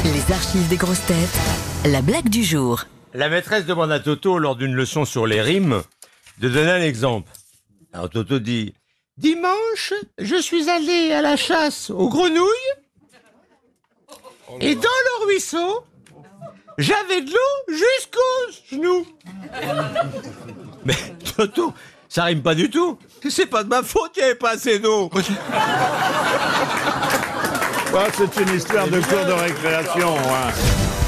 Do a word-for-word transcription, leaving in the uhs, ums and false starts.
Les archives des grosses têtes, la blague du jour. La maîtresse demande à Toto, lors d'une leçon sur les rimes, de donner un exemple. Alors Toto dit « Dimanche, je suis allé à la chasse aux grenouilles et dans le ruisseau, j'avais de l'eau jusqu'aux genoux. » Mais Toto, ça rime pas du tout. C'est pas de ma faute, il n'y avait pas assez d'eau. Ah, c'est une histoire de cours de récréation. Ouais.